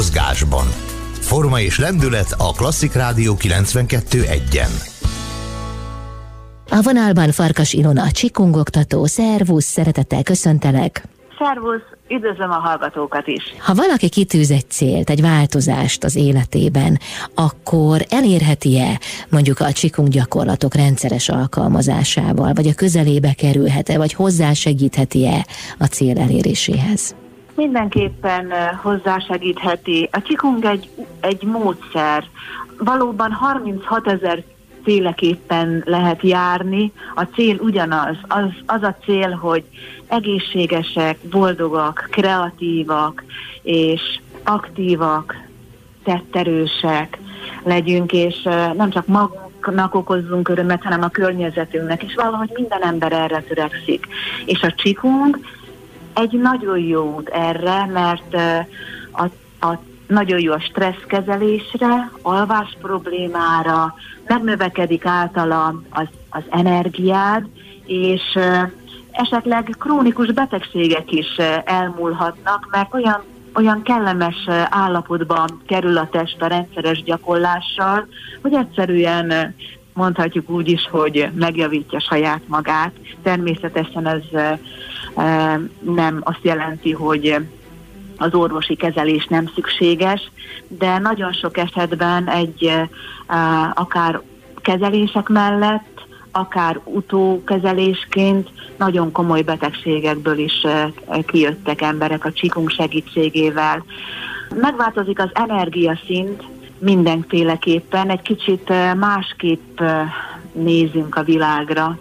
mozgásban. Forma és lendület a Klasszik Rádió 92.1-en. A vonalban Farkas Ilona, csikungoktató. Szervusz, szeretettel köszöntelek. Szervusz, üdvözlöm a hallgatókat is. Ha valaki kitűz egy célt, egy változást az életében, akkor elérheti-e mondjuk a csikung gyakorlatok rendszeres alkalmazásával, vagy a közelébe kerülhet-e, vagy hozzásegítheti-e a cél eléréséhez? Mindenképpen hozzásegítheti. A csikung egy módszer. Valóban 36 000 féleképpen lehet járni. A cél ugyanaz. Az a cél, hogy egészségesek, boldogak, kreatívak és aktívak, tetterősek legyünk, és nem csak magunknak okozzunk örömet, hanem a környezetünknek, és valahogy minden ember erre törekszik. És a csikung egy nagyon jó út erre, mert nagyon jó a stresszkezelésre, alvás problémára, megnövekedik általa az energiád, és esetleg krónikus betegségek is elmúlhatnak, mert olyan kellemes állapotban kerül a test a rendszeres gyakorlással, hogy egyszerűen mondhatjuk úgy is, hogy megjavítja saját magát. Természetesen ez nem azt jelenti, hogy az orvosi kezelés nem szükséges, de nagyon sok esetben akár kezelések mellett, akár utókezelésként nagyon komoly betegségekből is kijöttek emberek a csikung segítségével. Megváltozik az energiaszint mindenféleképpen, egy kicsit másképp nézünk a világra,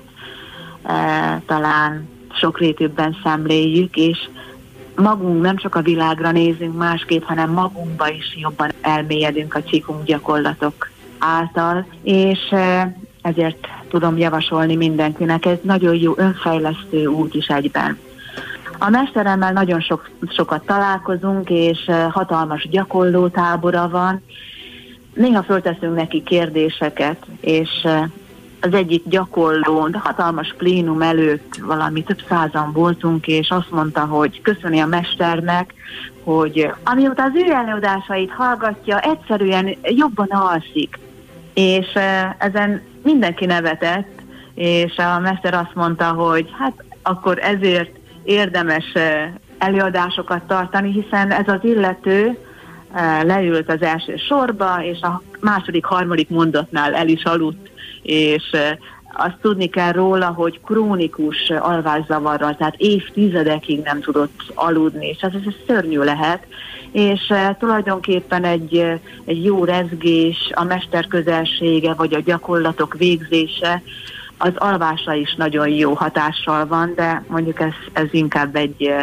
talán sokrétűbben szemléljük, és magunk nem csak a világra nézünk másképp, hanem magunkba is jobban elmélyedünk a csikung gyakorlatok által, és ezért tudom javasolni mindenkinek, ez nagyon jó önfejlesztő út is egyben. A mesteremmel nagyon sokat találkozunk, és hatalmas gyakorlótábora van. Néha fölteszünk neki kérdéseket, és az egyik gyakorlón, hatalmas plénum előtt valami több százan voltunk, és azt mondta, hogy köszöni a mesternek, hogy amióta az ő előadásait hallgatja, egyszerűen jobban alszik. És ezen mindenki nevetett, és a mester azt mondta, hogy hát akkor ezért érdemes előadásokat tartani, hiszen ez az illető leült az első sorba, és a második, harmadik mondatnál el is aludt, és azt tudni kell róla, hogy krónikus alvászavarral, tehát évtizedekig nem tudott aludni, és ez szörnyű lehet, és tulajdonképpen egy jó rezgés, a mester közelsége, vagy a gyakorlatok végzése, az alvásra is nagyon jó hatással van, de mondjuk ez inkább egy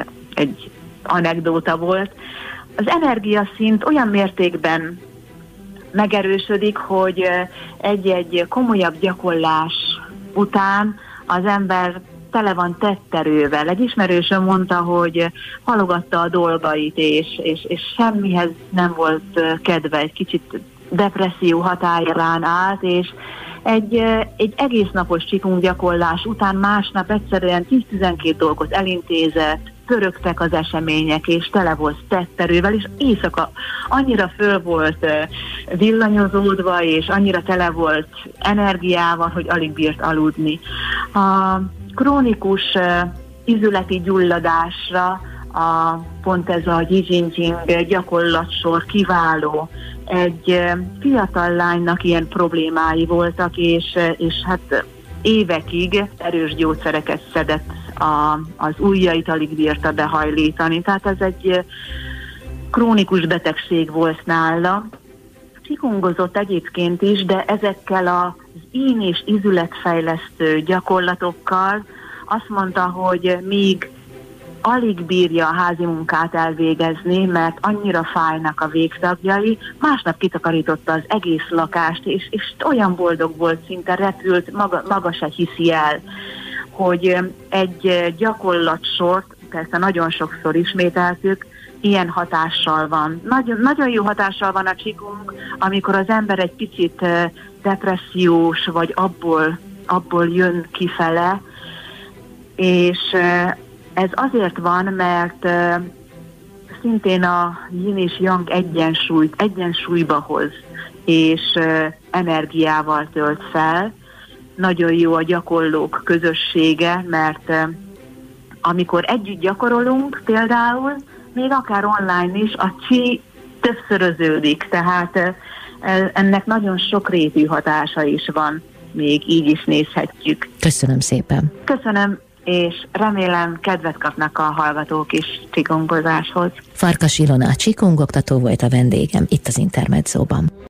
anekdóta volt. Az energiaszint olyan mértékben megerősödik, hogy egy komolyabb gyakorlás után az ember tele van tetterővel. Egy ismerősöm mondta, hogy halogatta a dolgait, és semmihez nem volt kedve, egy kicsit depresszió hatályán állt, és egy egész napos csikung gyakorlás után másnap egyszerűen 10-12 dolgot elintézett, pörögtek az események, és tele volt tetterővel, és éjszaka annyira föl volt villanyozódva, és annyira tele volt energiával, hogy alig bírt aludni. A krónikus izületi gyulladásra pont ez a Jijinjing gyakorlatsor kiváló. Egy fiatal lánynak ilyen problémái voltak, és hát évekig erős gyógyszereket szedett, az ujjait alig bírta behajlítani, tehát ez egy krónikus betegség volt nála. Csikungozott egyébként is, de ezekkel az ín- és izületfejlesztő gyakorlatokkal azt mondta, hogy míg alig bírja a házi munkát elvégezni, mert annyira fájnak a végtagjai, másnap kitakarította az egész lakást, és olyan boldog volt, szinte repült, maga se hiszi el, hogy egy gyakorlatsort, persze nagyon sokszor ismételtük, ilyen hatással van. Nagyon, nagyon jó hatással van a csikung, amikor az ember egy picit depressziós, vagy abból jön kifele, és ez azért van, mert szintén a yin és yang egyensúlyba hoz, és energiával tölt fel. Nagyon jó a gyakorlók közössége, mert amikor együtt gyakorolunk például, még akár online is, a chi többszöröződik, tehát ennek nagyon sokrétű hatása is van, még így is nézhetjük. Köszönöm szépen. Köszönöm, és remélem kedvet kapnak a hallgatók is qigongozáshoz. Farkas Ilona, qigong oktató volt a vendégem itt az Intermedzóban.